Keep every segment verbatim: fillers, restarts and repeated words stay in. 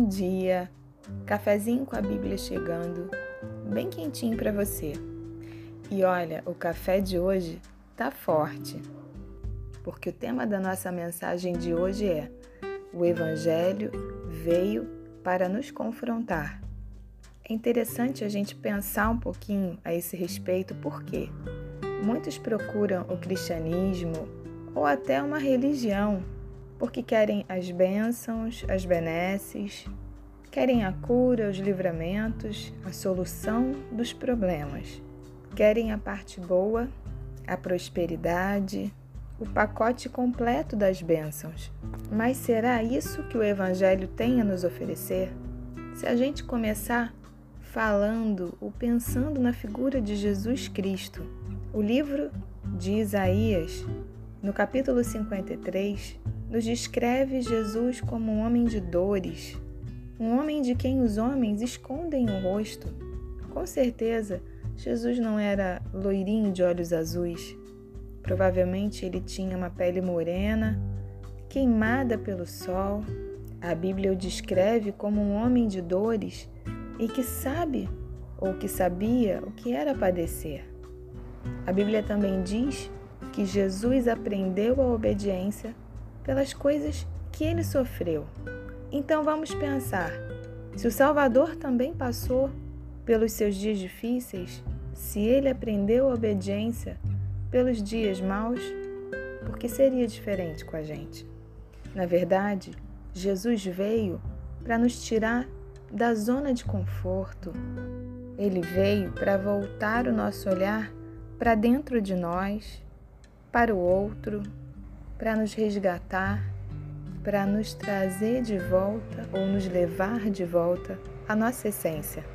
Bom dia! Cafezinho com a Bíblia chegando, bem quentinho para você. E olha, o café de hoje tá forte, porque o tema da nossa mensagem de hoje é: o Evangelho veio para nos confrontar. É interessante a gente pensar um pouquinho a esse respeito, porque muitos procuram o cristianismo ou até uma religião porque querem as bênçãos, as benesses, querem a cura, os livramentos, a solução dos problemas. Querem a parte boa, a prosperidade, o pacote completo das bênçãos. Mas será isso que o Evangelho tem a nos oferecer? Se a gente começar falando ou pensando na figura de Jesus Cristo, o livro de Isaías, no capítulo cinquenta e três, nos descreve Jesus como um homem de dores, um homem de quem os homens escondem o rosto. Com certeza, Jesus não era loirinho de olhos azuis. Provavelmente ele tinha uma pele morena, queimada pelo sol. A Bíblia o descreve como um homem de dores e que sabe, ou que sabia, o que era padecer. A Bíblia também diz que Jesus aprendeu a obediência pelas coisas que ele sofreu. Então vamos pensar, se o Salvador também passou pelos seus dias difíceis, se ele aprendeu a obediência pelos dias maus, por que seria diferente com a gente? Na verdade, Jesus veio para nos tirar da zona de conforto. Ele veio para voltar o nosso olhar para dentro de nós, para o outro, para nos resgatar, para nos trazer de volta ou nos levar de volta à nossa essência.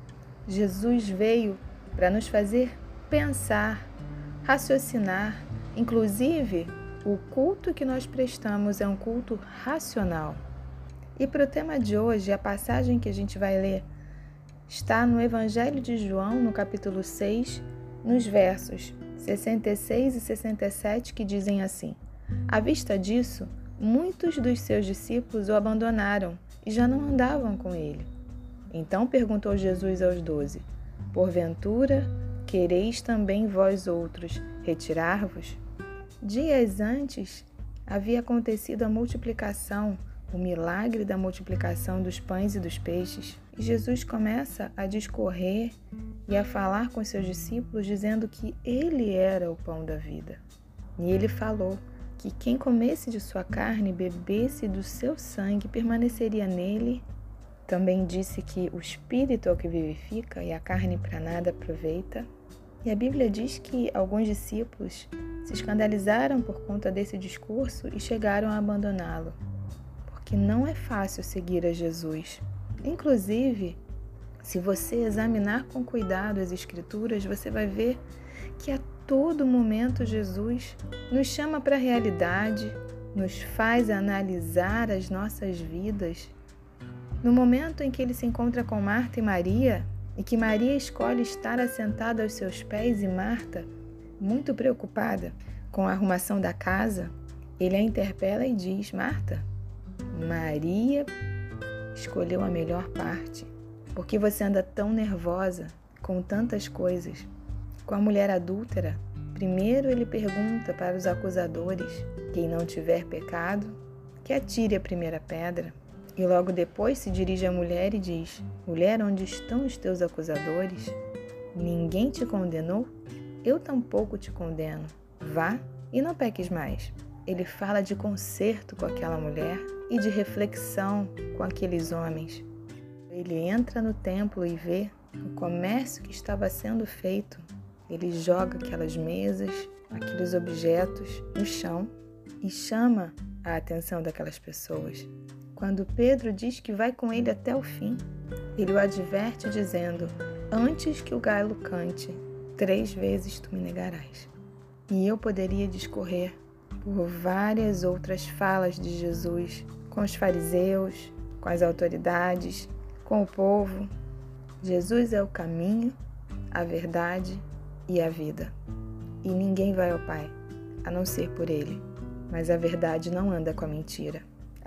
Jesus veio para nos fazer pensar, raciocinar. Inclusive, o culto que nós prestamos é um culto racional. E para o tema de hoje, a passagem que a gente vai ler está no Evangelho de João, no capítulo seis, nos versos sessenta e seis e sessenta e sete, que dizem assim: à vista disso, muitos dos seus discípulos o abandonaram e já não andavam com ele. Então perguntou Jesus aos doze: porventura, quereis também vós outros retirar-vos? Dias antes havia acontecido a multiplicação, o milagre da multiplicação dos pães e dos peixes. E Jesus começa a discorrer e a falar com seus discípulos, dizendo que ele era o pão da vida. E ele falou que quem comesse de sua carne e bebesse do seu sangue permaneceria nele. Também disse que o Espírito é o que vivifica e a carne para nada aproveita. E a Bíblia diz que alguns discípulos se escandalizaram por conta desse discurso e chegaram a abandoná-lo, porque não é fácil seguir a Jesus. Inclusive, se você examinar com cuidado as Escrituras, você vai ver que a todo momento Jesus nos chama para a realidade, nos faz analisar as nossas vidas. No momento em que ele se encontra com Marta e Maria, e que Maria escolhe estar assentada aos seus pés e Marta, muito preocupada com a arrumação da casa, ele a interpela e diz: Marta, Maria escolheu a melhor parte. Por que você anda tão nervosa com tantas coisas? Com a mulher adúltera, primeiro ele pergunta para os acusadores: quem não tiver pecado, que atire a primeira pedra. E logo depois se dirige à mulher e diz: mulher, onde estão os teus acusadores? Ninguém te condenou? Eu tampouco te condeno. Vá e não peques mais. Ele fala de conserto com aquela mulher e de reflexão com aqueles homens. Ele entra no templo e vê o comércio que estava sendo feito. Ele joga aquelas mesas, aqueles objetos no chão e chama a atenção daquelas pessoas. Quando Pedro diz que vai com ele até o fim, ele o adverte dizendo: antes que o galo cante, três vezes tu me negarás. E eu poderia discorrer por várias outras falas de Jesus com os fariseus, com as autoridades, com o povo. Jesus é o caminho, a verdade e a vida. E ninguém vai ao Pai, a não ser por Ele. Mas a verdade não anda com a mentira.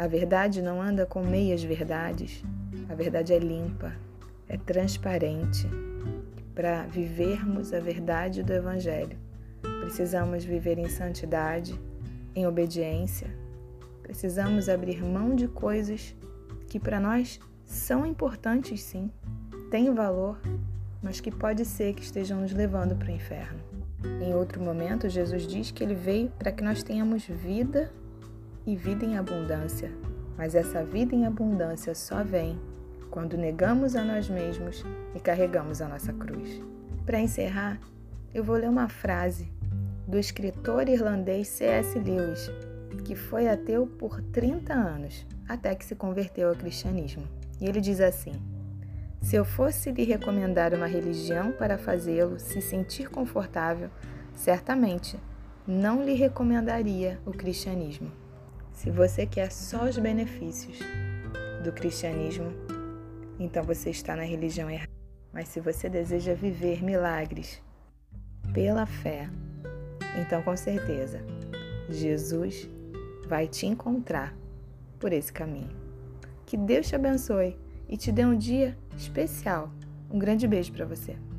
A verdade não anda com meias verdades. A verdade é limpa, é transparente. Para vivermos a verdade do Evangelho, precisamos viver em santidade, em obediência. Precisamos abrir mão de coisas que para nós são importantes, sim, têm valor, mas que pode ser que estejam nos levando para o inferno. Em outro momento, Jesus diz que ele veio para que nós tenhamos vida e vida em abundância. Mas essa vida em abundância só vem quando negamos a nós mesmos e carregamos a nossa cruz. Para encerrar, eu vou ler uma frase do escritor irlandês C S Lewis, que foi ateu por trinta anos, até que se converteu ao cristianismo. E ele diz assim: se eu fosse lhe recomendar uma religião para fazê-lo se sentir confortável, certamente não lhe recomendaria o cristianismo. Se você quer só os benefícios do cristianismo, então você está na religião errada. Mas se você deseja viver milagres pela fé, então com certeza Jesus vai te encontrar por esse caminho. Que Deus te abençoe e te dê um dia especial. Um grande beijo para você.